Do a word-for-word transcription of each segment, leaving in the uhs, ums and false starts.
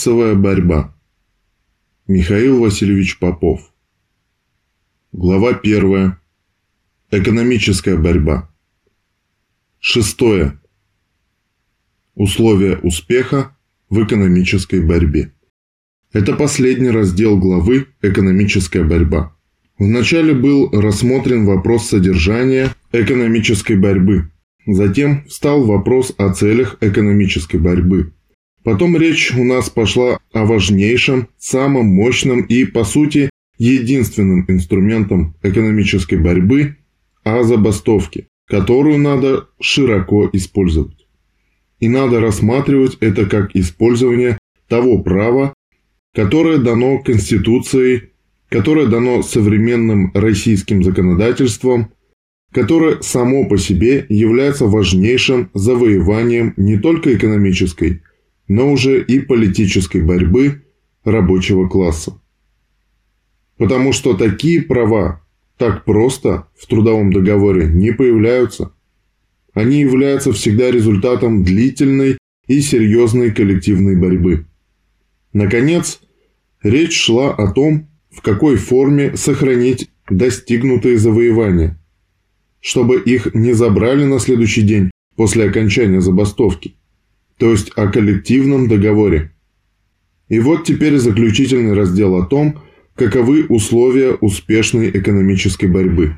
Классовая борьба. Михаил Васильевич Попов. Глава первая. Экономическая борьба. Шестое. Условия успеха в экономической борьбе. Это последний раздел главы «Экономическая борьба». Вначале был рассмотрен вопрос содержания экономической борьбы. Затем встал вопрос о целях экономической борьбы. Потом речь у нас пошла о важнейшем, самом мощном и, по сути, единственным инструментом экономической борьбы – о забастовке, которую надо широко использовать. И надо рассматривать это как использование того права, которое дано Конституцией, которое дано современным российским законодательством, которое само по себе является важнейшим завоеванием не только экономической, но уже и политической борьбы рабочего класса. Потому что такие права так просто в трудовом договоре не появляются. Они являются всегда результатом длительной и серьезной коллективной борьбы. Наконец, речь шла о том, в какой форме сохранить достигнутые завоевания, чтобы их не забрали на следующий день после окончания забастовки, то есть о коллективном договоре. И вот теперь заключительный раздел о том, каковы условия успешной экономической борьбы.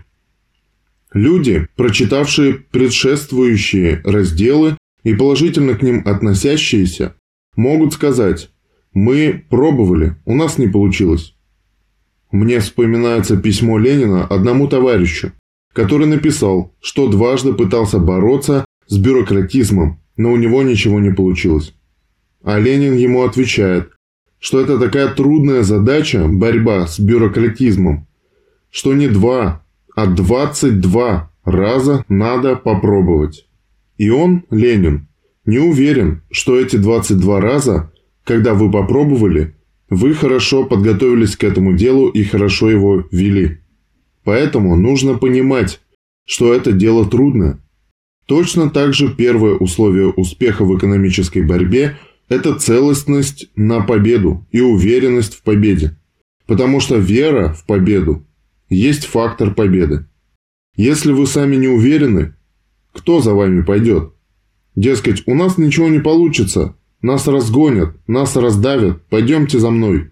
Люди, прочитавшие предшествующие разделы и положительно к ним относящиеся, могут сказать: «Мы пробовали, у нас не получилось». Мне вспоминается письмо Ленина одному товарищу, который написал, что дважды пытался бороться с бюрократизмом, но у него ничего не получилось. А Ленин ему отвечает, что это такая трудная задача, борьба с бюрократизмом, что не два, а двадцать два раза надо попробовать. И он, Ленин, не уверен, что эти двадцать два раза, когда вы попробовали, вы хорошо подготовились к этому делу и хорошо его вели. Поэтому нужно понимать, что это дело трудное. Точно так же первое условие успеха в экономической борьбе – это целостность на победу и уверенность в победе. Потому что вера в победу есть фактор победы. Если вы сами не уверены, кто за вами пойдет? Дескать, у нас ничего не получится, нас разгонят, нас раздавят, пойдемте за мной.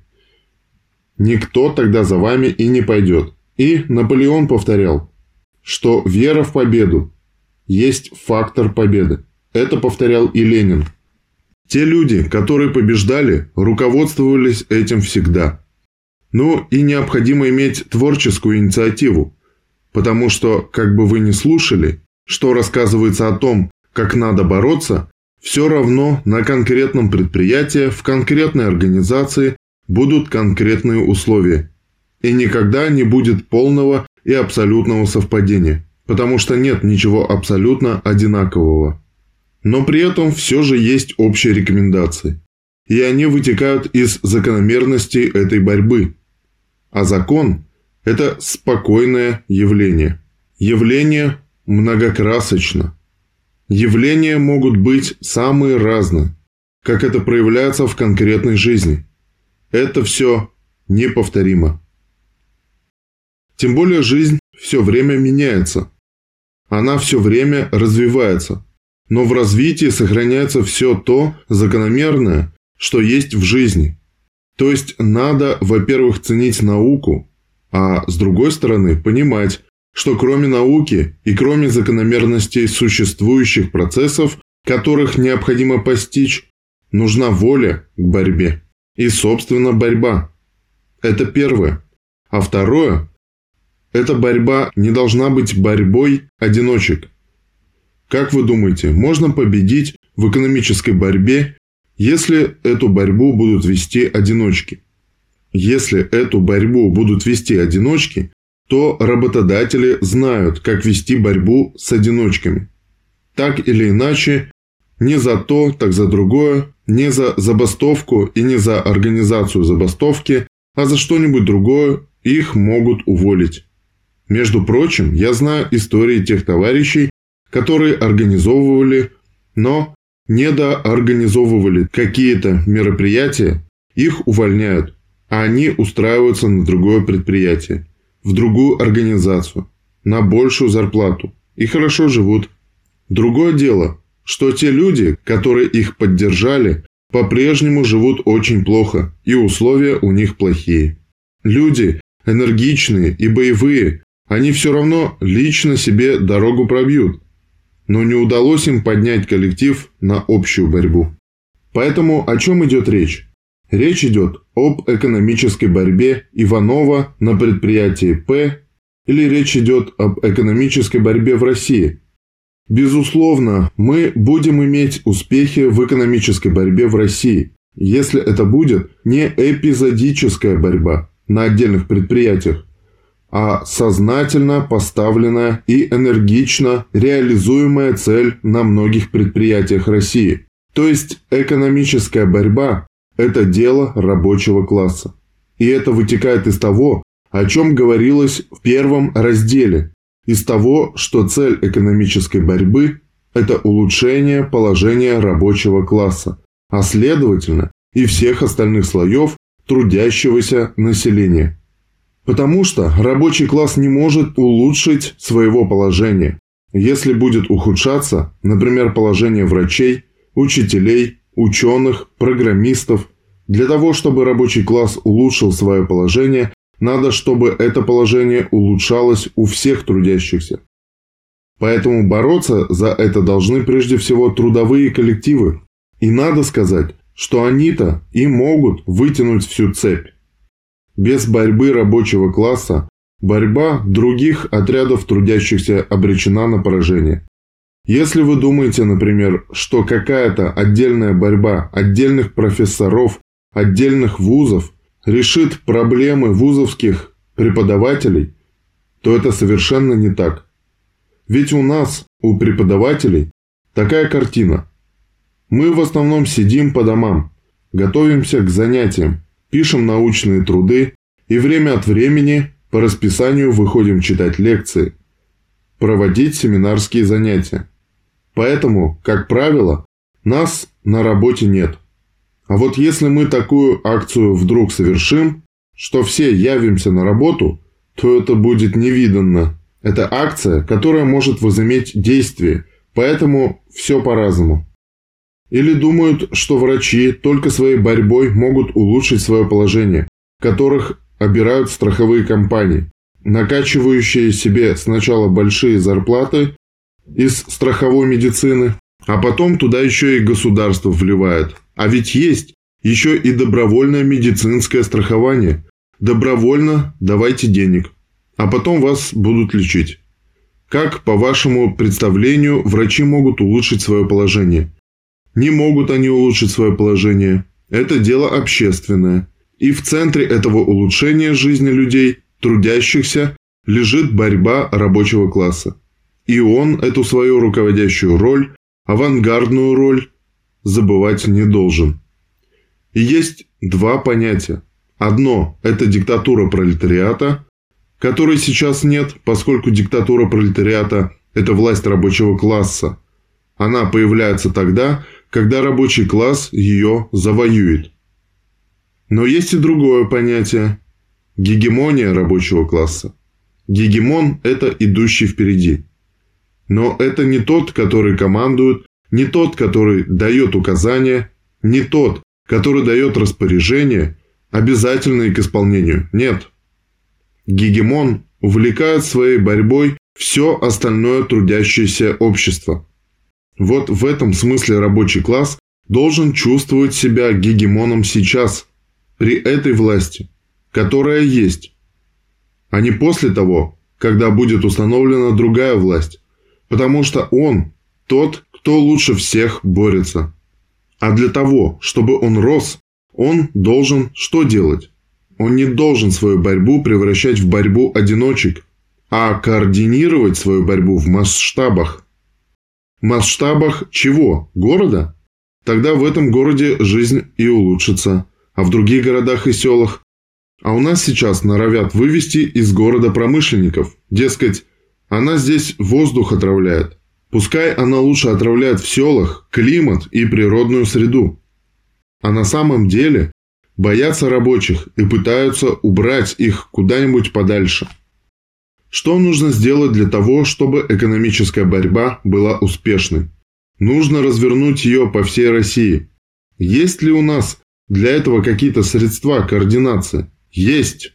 Никто тогда за вами и не пойдет. И Наполеон повторял, что вера в победу есть фактор победы. Это повторял и Ленин. Те люди, которые побеждали, руководствовались этим всегда. Ну и необходимо иметь творческую инициативу, потому что, как бы вы ни слушали, что рассказывается о том, как надо бороться, все равно на конкретном предприятии, в конкретной организации будут конкретные условия. И никогда не будет полного и абсолютного совпадения, потому что нет ничего абсолютно одинакового. Но при этом все же есть общие рекомендации, и они вытекают из закономерностей этой борьбы. А закон – это спокойное явление. Явление многокрасочно. Явления могут быть самые разные, как это проявляется в конкретной жизни. Это все неповторимо. Тем более жизнь все время меняется. Она все время развивается. Но в развитии сохраняется все то закономерное, что есть в жизни. То есть надо, во-первых, ценить науку, а с другой стороны понимать, что кроме науки и кроме закономерностей существующих процессов, которых необходимо постичь, нужна воля к борьбе. И, собственно, борьба. Это первое. А второе – эта борьба не должна быть борьбой одиночек. Как вы думаете, можно победить в экономической борьбе, если эту борьбу будут вести одиночки? Если эту борьбу будут вести одиночки, то работодатели знают, как вести борьбу с одиночками. Так или иначе, не за то, так за другое, не за забастовку и не за организацию забастовки, а за что-нибудь другое их могут уволить. Между прочим, я знаю истории тех товарищей, которые организовывали, но недоорганизовывали какие-то мероприятия, их увольняют, а они устраиваются на другое предприятие, в другую организацию, на большую зарплату и хорошо живут. Другое дело, что те люди, которые их поддержали, по-прежнему живут очень плохо, и условия у них плохие. Люди энергичные и боевые, они все равно лично себе дорогу пробьют, но не удалось им поднять коллектив на общую борьбу. Поэтому о чем идет речь? Речь идет об экономической борьбе Иванова на предприятии П, или речь идет об экономической борьбе в России. Безусловно, мы будем иметь успехи в экономической борьбе в России, если это будет не эпизодическая борьба на отдельных предприятиях, а сознательно поставленная и энергично реализуемая цель на многих предприятиях России. То есть экономическая борьба – это дело рабочего класса. И это вытекает из того, о чем говорилось в первом разделе, из того, что цель экономической борьбы – это улучшение положения рабочего класса, а следовательно и всех остальных слоев трудящегося населения. Потому что рабочий класс не может улучшить своего положения, если будет ухудшаться, например, положение врачей, учителей, ученых, программистов. Для того, чтобы рабочий класс улучшил свое положение, надо, чтобы это положение улучшалось у всех трудящихся. Поэтому бороться за это должны прежде всего трудовые коллективы. И надо сказать, что они-то и могут вытянуть всю цепь. Без борьбы рабочего класса борьба других отрядов трудящихся обречена на поражение. Если вы думаете, например, что какая-то отдельная борьба отдельных профессоров, отдельных вузов решит проблемы вузовских преподавателей, то это совершенно не так. Ведь у нас, у преподавателей, такая картина. Мы в основном сидим по домам, готовимся к занятиям, пишем научные труды и время от времени по расписанию выходим читать лекции, проводить семинарские занятия. Поэтому, как правило, нас на работе нет. А вот если мы такую акцию вдруг совершим, что все явимся на работу, то это будет невиданно. Это акция, которая может возыметь действие, поэтому все по-разному. Или думают, что врачи только своей борьбой могут улучшить свое положение, которых обирают страховые компании, накачивающие себе сначала большие зарплаты из страховой медицины, а потом туда еще и государство вливает. А ведь есть еще и добровольное медицинское страхование. Добровольно давайте денег, а потом вас будут лечить. Как, по вашему представлению, врачи могут улучшить свое положение? Не могут они улучшить свое положение. Это дело общественное. И в центре этого улучшения жизни людей, трудящихся, лежит борьба рабочего класса. И он эту свою руководящую роль, авангардную роль, забывать не должен. И есть два понятия. Одно – это диктатура пролетариата, которой сейчас нет, поскольку диктатура пролетариата – это власть рабочего класса. Она появляется тогда, когда рабочий класс ее завоюет. Но есть и другое понятие – гегемония рабочего класса. Гегемон – это идущий впереди. Но это не тот, который командует, не тот, который дает указания, не тот, который дает распоряжения, обязательные к исполнению. Нет. Гегемон увлекает своей борьбой все остальное трудящееся общество. Вот в этом смысле рабочий класс должен чувствовать себя гегемоном сейчас, при этой власти, которая есть, а не после того, когда будет установлена другая власть, потому что он тот, кто лучше всех борется. А для того, чтобы он рос, он должен что делать? Он не должен свою борьбу превращать в борьбу одиночек, а координировать свою борьбу в масштабах. В масштабах чего? Города? Тогда в этом городе жизнь и улучшится, а в других городах и селах? А у нас сейчас норовят вывести из города промышленников. Дескать, она здесь воздух отравляет. Пускай она лучше отравляет в селах климат и природную среду. А на самом деле боятся рабочих и пытаются убрать их куда-нибудь подальше. Что нужно сделать для того, чтобы экономическая борьба была успешной? Нужно развернуть ее по всей России. Есть ли у нас для этого какие-то средства координации? Есть.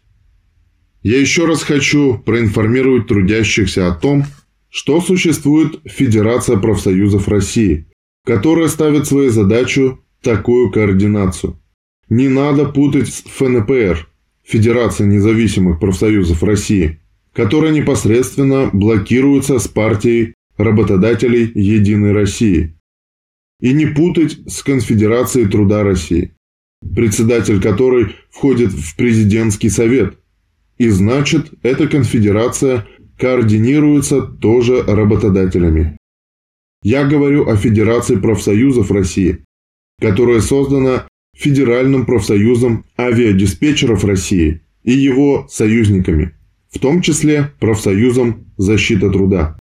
Я еще раз хочу проинформировать трудящихся о том, что существует Федерация профсоюзов России, которая ставит своей задачей такую координацию. Не надо путать с эф эн пэ эр, Федерация независимых профсоюзов России, которая непосредственно блокируется с партией работодателей Единой России. И не путать с Конфедерацией труда России, председатель которой входит в президентский совет. И значит, эта конфедерация координируется тоже работодателями. Я говорю о Федерации профсоюзов России, которая создана Федеральным профсоюзом авиадиспетчеров России и его союзниками, в том числе профсоюзом защиты труда.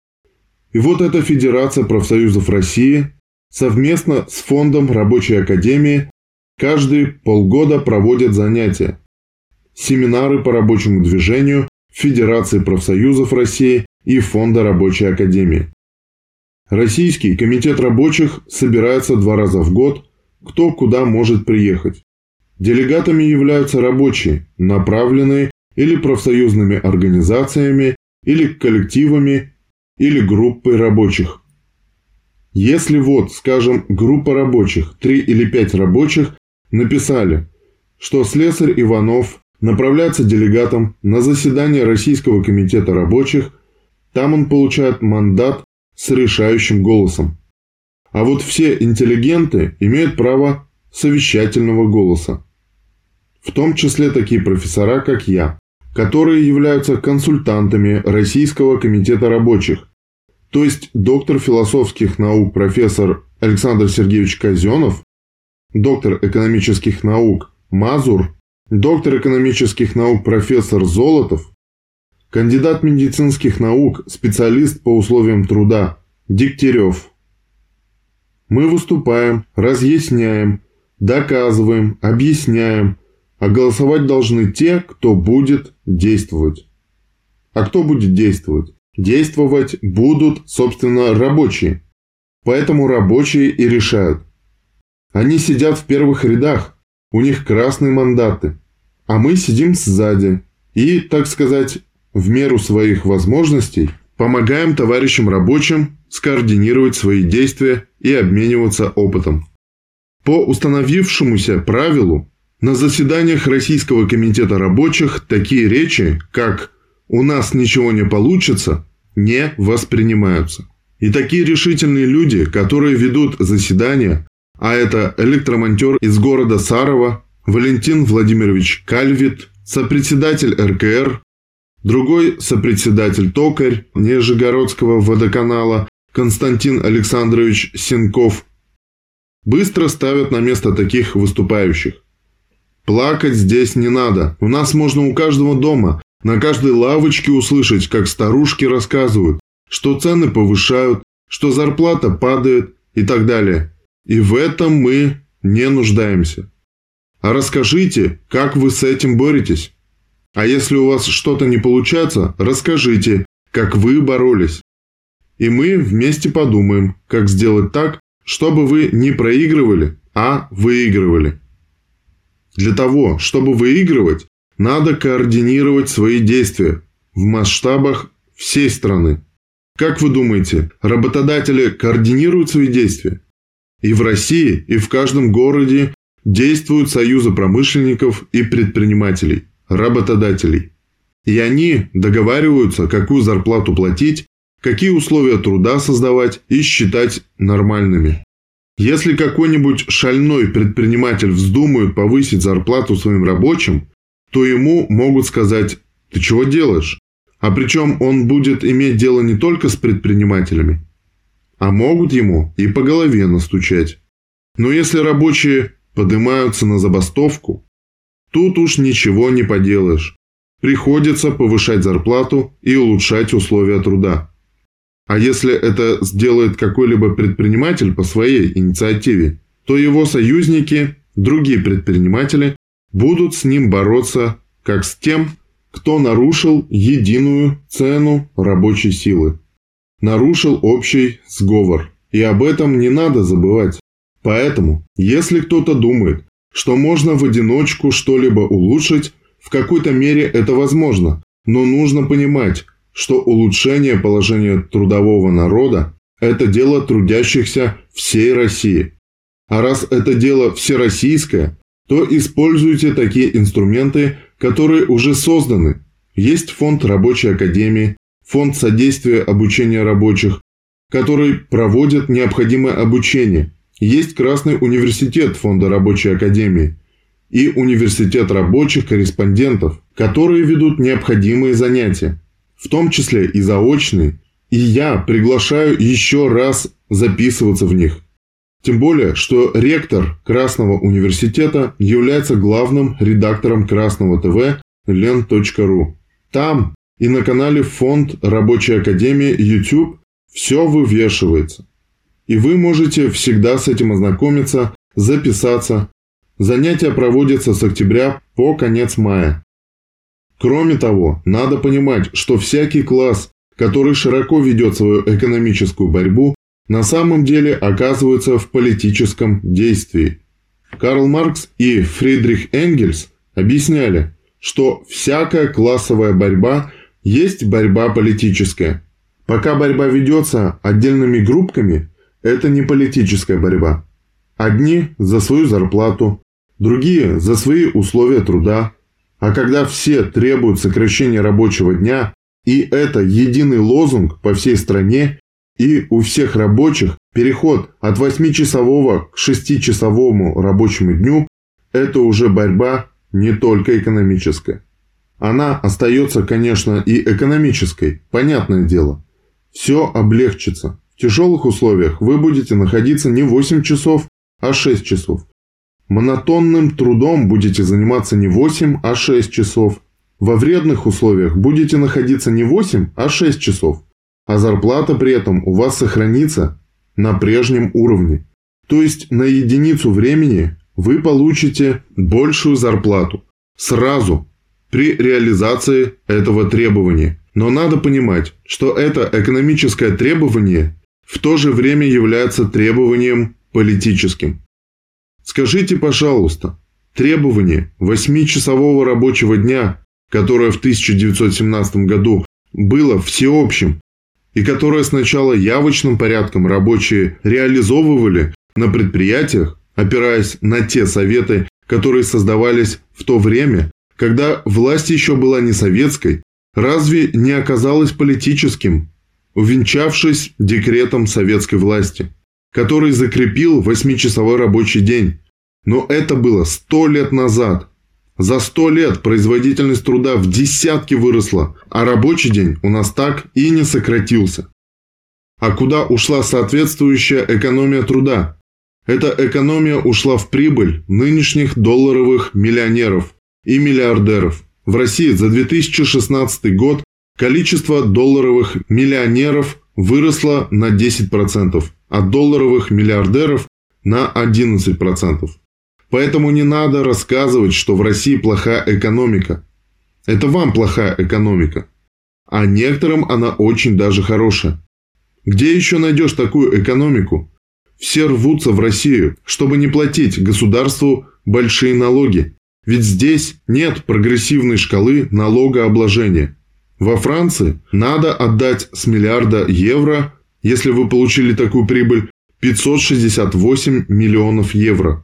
И вот эта Федерация профсоюзов России совместно с Фондом Рабочей Академии каждые полгода проводит занятия, семинары по рабочему движению Федерации профсоюзов России и Фонда Рабочей Академии. Российский комитет рабочих собирается два раза в год, кто куда может приехать. Делегатами являются рабочие, направленные или профсоюзными организациями, или коллективами, или группой рабочих. Если вот, скажем, группа рабочих, три или пять рабочих, написали, что слесарь Иванов направляется делегатом на заседание Российского комитета рабочих, там он получает мандат с решающим голосом. А вот все интеллигенты имеют право совещательного голоса. В том числе такие профессора, как я, которые являются консультантами Российского комитета рабочих, то есть доктор философских наук профессор Александр Сергеевич Казенов, доктор экономических наук Мазур, доктор экономических наук профессор Золотов, кандидат медицинских наук, специалист по условиям труда Дегтярев. Мы выступаем, разъясняем, доказываем, объясняем, а голосовать должны те, кто будет действовать. А кто будет действовать? Действовать будут, собственно, рабочие. Поэтому рабочие и решают. Они сидят в первых рядах, у них красные мандаты, а мы сидим сзади и, так сказать, в меру своих возможностей помогаем товарищам рабочим скоординировать свои действия и обмениваться опытом. По установившемуся правилу, на заседаниях Российского комитета рабочих такие речи, как «у нас ничего не получится», не воспринимаются. И такие решительные люди, которые ведут заседания, а это электромонтер из города Сарова Валентин Владимирович Кальвит, сопредседатель эр ка эр, другой сопредседатель токарь Нижегородского водоканала Константин Александрович Сенков, быстро ставят на место таких выступающих. Плакать здесь не надо. У нас можно у каждого дома, на каждой лавочке услышать, как старушки рассказывают, что цены повышают, что зарплата падает и так далее. И в этом мы не нуждаемся. А расскажите, как вы с этим боретесь. А если у вас что-то не получается, расскажите, как вы боролись. И мы вместе подумаем, как сделать так, чтобы вы не проигрывали, а выигрывали. Для того, чтобы выигрывать, надо координировать свои действия в масштабах всей страны. Как вы думаете, работодатели координируют свои действия? И в России, и в каждом городе действуют союзы промышленников и предпринимателей, работодателей. И они договариваются, какую зарплату платить, какие условия труда создавать и считать нормальными. Если какой-нибудь шальной предприниматель вздумает повысить зарплату своим рабочим, то ему могут сказать «ты чего делаешь?». А причем он будет иметь дело не только с предпринимателями, а могут ему и по голове настучать. Но если рабочие поднимаются на забастовку, тут уж ничего не поделаешь. Приходится повышать зарплату и улучшать условия труда. А если это сделает какой-либо предприниматель по своей инициативе, то его союзники, другие предприниматели, будут с ним бороться как с тем, кто нарушил единую цену рабочей силы, нарушил общий сговор. И об этом не надо забывать. Поэтому, если кто-то думает, что можно в одиночку что-либо улучшить, в какой-то мере это возможно, но нужно понимать, что улучшение положения трудового народа – это дело трудящихся всей России. А раз это дело всероссийское, то используйте такие инструменты, которые уже созданы. Есть фонд рабочей академии, фонд содействия обучения рабочих, который проводит необходимое обучение. Есть Красный университет фонда рабочей академии и университет рабочих корреспондентов, которые ведут необходимые занятия, в том числе и заочные, и я приглашаю еще раз записываться в них. Тем более, что ректор Красного университета является главным редактором Красного ТВ лен точка ру. Там и на канале Фонд рабочей академии YouTube все вывешивается. И вы можете всегда с этим ознакомиться, записаться. Занятия проводятся с октября по конец мая. Кроме того, надо понимать, что всякий класс, который широко ведет свою экономическую борьбу, на самом деле оказывается в политическом действии. Карл Маркс и Фридрих Энгельс объясняли, что всякая классовая борьба есть борьба политическая. Пока борьба ведется отдельными группками, это не политическая борьба. Одни за свою зарплату, другие за свои условия труда. А когда все требуют сокращения рабочего дня, и это единый лозунг по всей стране, и у всех рабочих переход от восьмичасового к шестичасовому рабочему дню, это уже борьба не только экономическая. Она остается, конечно, и экономической, понятное дело. Все облегчится. В тяжелых условиях вы будете находиться не восемь часов, а шесть часов. Монотонным трудом будете заниматься не восемь, а шесть часов. Во вредных условиях будете находиться не восемь, а шесть часов. А зарплата при этом у вас сохранится на прежнем уровне. То есть на единицу времени вы получите большую зарплату сразу при реализации этого требования. Но надо понимать, что это экономическое требование в то же время является требованием политическим. Скажите, пожалуйста, требование восьмичасового рабочего дня, которое в тысяча девятьсот семнадцатом году было всеобщим, и которое сначала явочным порядком рабочие реализовывали на предприятиях, опираясь на те советы, которые создавались в то время, когда власть еще была не советской, разве не оказалось политическим, увенчавшись декретом советской власти, который закрепил восьмичасовой рабочий день? Но это было сто лет назад. За сто лет производительность труда в десятки выросла, а рабочий день у нас так и не сократился. А куда ушла соответствующая экономия труда? Эта экономия ушла в прибыль нынешних долларовых миллионеров и миллиардеров. В России за две тысячи шестнадцатый год количество долларовых миллионеров выросло на десять процентов, а долларовых миллиардеров на одиннадцать процентов. Поэтому не надо рассказывать, что в России плохая экономика. Это вам плохая экономика. А некоторым она очень даже хорошая. Где еще найдешь такую экономику? Все рвутся в Россию, чтобы не платить государству большие налоги. Ведь здесь нет прогрессивной шкалы налогообложения. Во Франции надо отдать с миллиарда евро, если вы получили такую прибыль, пятьсот шестьдесят восемь миллионов евро.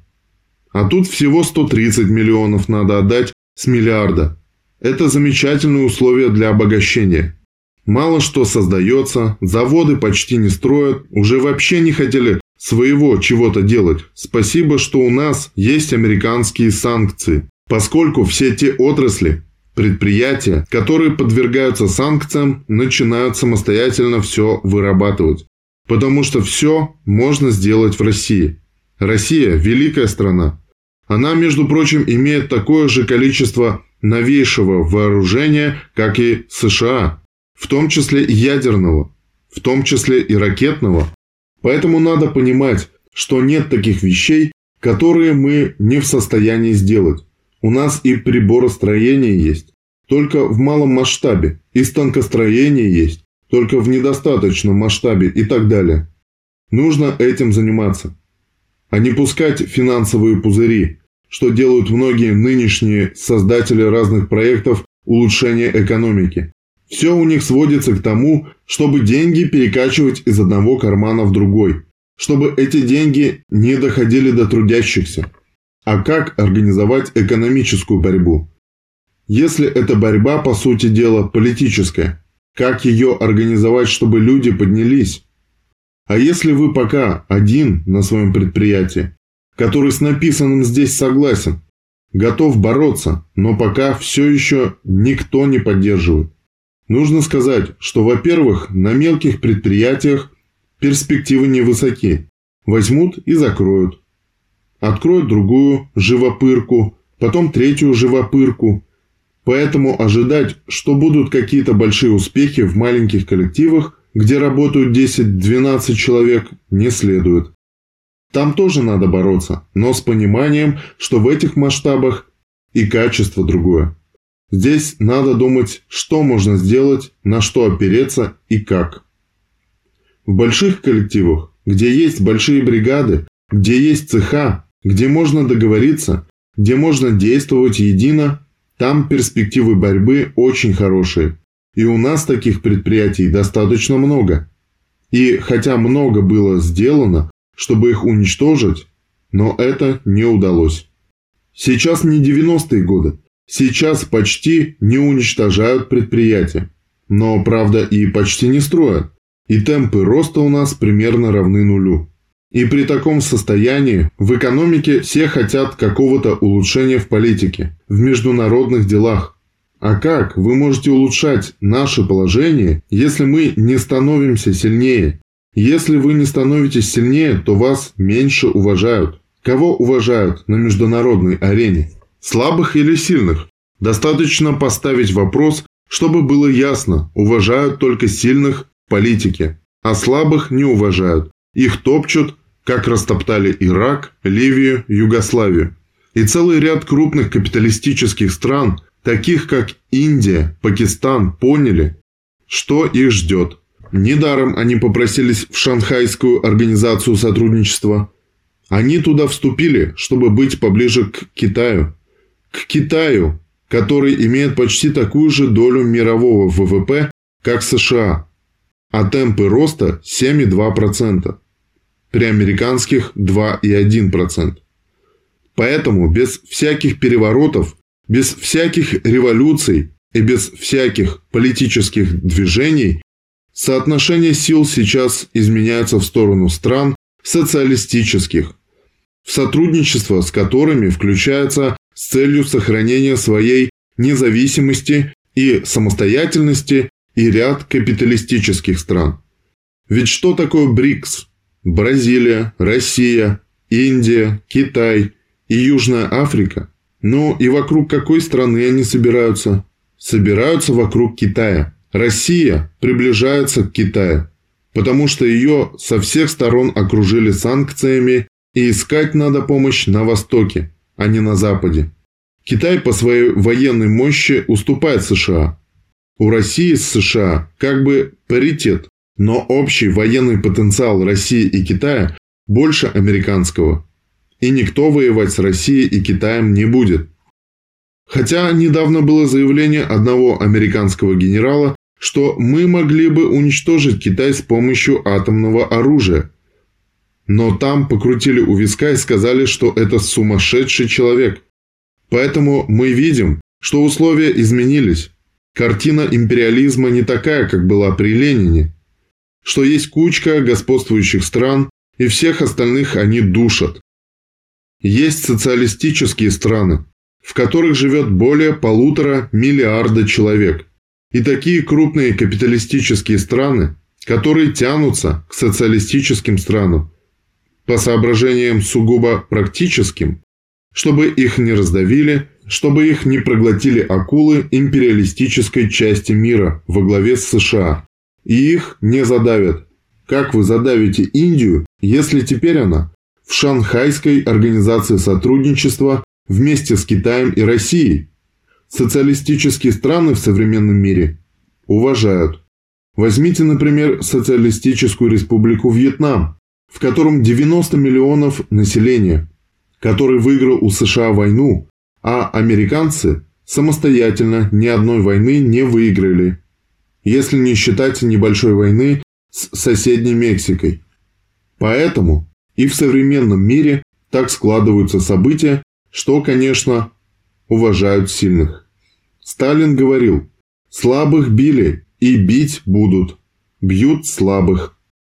А тут всего сто тридцать миллионов надо отдать с миллиарда. Это замечательные условия для обогащения. Мало что создается, заводы почти не строят, уже вообще не хотели своего чего-то делать. Спасибо, что у нас есть американские санкции, поскольку все те отрасли, предприятия, которые подвергаются санкциям, начинают самостоятельно все вырабатывать. Потому что все можно сделать в России. Россия – великая страна. Она, между прочим, имеет такое же количество новейшего вооружения, как и США, в том числе ядерного. в том числе и ракетного. Поэтому надо понимать, что нет таких вещей, которые мы не в состоянии сделать. У нас и приборостроение есть, только в малом масштабе, и станкостроение есть, только в недостаточном масштабе и так далее. Нужно этим заниматься, а не пускать финансовые пузыри, что делают многие нынешние создатели разных проектов улучшения экономики. Все у них сводится к тому, чтобы деньги перекачивать из одного кармана в другой, чтобы эти деньги не доходили до трудящихся. А как организовать экономическую борьбу? Если эта борьба, по сути дела, политическая, как ее организовать, чтобы люди поднялись? А если вы пока один на своем предприятии, который с написанным здесь согласен, готов бороться, но пока все еще никто не поддерживает? Нужно сказать, что, во-первых, на мелких предприятиях перспективы невысоки. Возьмут и закроют. Откроют другую живопырку, потом третью живопырку. Поэтому ожидать, что будут какие-то большие успехи в маленьких коллективах, где работают десять-двенадцать человек, не следует. Там тоже надо бороться, но с пониманием, что в этих масштабах и качество другое. Здесь надо думать, что можно сделать, на что опереться и как. В больших коллективах, где есть большие бригады, где есть цеха, где можно договориться, где можно действовать едино, там перспективы борьбы очень хорошие. И у нас таких предприятий достаточно много. И хотя много было сделано, чтобы их уничтожить, но это не удалось. Сейчас не девяностые годы. Сейчас почти не уничтожают предприятия. Но, правда, и почти не строят. И темпы роста у нас примерно равны нулю. И при таком состоянии в экономике все хотят какого-то улучшения в политике, в международных делах. А как вы можете улучшать наше положение, если мы не становимся сильнее? Если вы не становитесь сильнее, то вас меньше уважают. Кого уважают на международной арене? Слабых или сильных? Достаточно поставить вопрос, чтобы было ясно, уважают только сильных в политике, а слабых не уважают. Их топчут, как растоптали Ирак, Ливию, Югославию. И целый ряд крупных капиталистических стран, таких как Индия, Пакистан, поняли, что их ждет. Недаром они попросились в Шанхайскую организацию сотрудничества. Они туда вступили, чтобы быть поближе к Китаю. К Китаю, который имеет почти такую же долю мирового вэ вэ пэ, как США, а темпы роста семь и два десятых процента. При американских два и один процент. Поэтому без всяких переворотов, без всяких революций и без всяких политических движений соотношение сил сейчас изменяется в сторону стран социалистических, в сотрудничество с которыми включается с целью сохранения своей независимости и самостоятельности и ряд капиталистических стран. Ведь что такое БРИКС? Бразилия, Россия, Индия, Китай и Южная Африка. Ну и вокруг какой страны они собираются? Собираются вокруг Китая. Россия приближается к Китаю, потому что ее со всех сторон окружили санкциями, и искать надо помощь на Востоке, а не на Западе. Китай по своей военной мощи уступает США. У России с США как бы паритет. Но общий военный потенциал России и Китая больше американского. И никто воевать с Россией и Китаем не будет. Хотя недавно было заявление одного американского генерала, что мы могли бы уничтожить Китай с помощью атомного оружия. Но там покрутили у виска и сказали, что это сумасшедший человек. Поэтому мы видим, что условия изменились. Картина империализма не такая, как была при Ленине. Что есть кучка господствующих стран, и всех остальных они душат. Есть социалистические страны, в которых живет более полутора миллиарда человек. И такие крупные капиталистические страны, которые тянутся к социалистическим странам, по соображениям сугубо практическим, чтобы их не раздавили, чтобы их не проглотили акулы империалистической части мира во главе с США. и их не задавят. Как вы задавите Индию, если теперь она в Шанхайской организации сотрудничества вместе с Китаем и Россией? Социалистические страны в современном мире уважают. Возьмите, например, Социалистическую Республику Вьетнам, в котором девяносто миллионов населения, который выиграл у США войну, а американцы самостоятельно ни одной войны не выиграли, если не считать небольшой войны с соседней Мексикой. Поэтому и в современном мире так складываются события, что, конечно, уважают сильных. Сталин говорил: «Слабых били и бить будут, бьют слабых».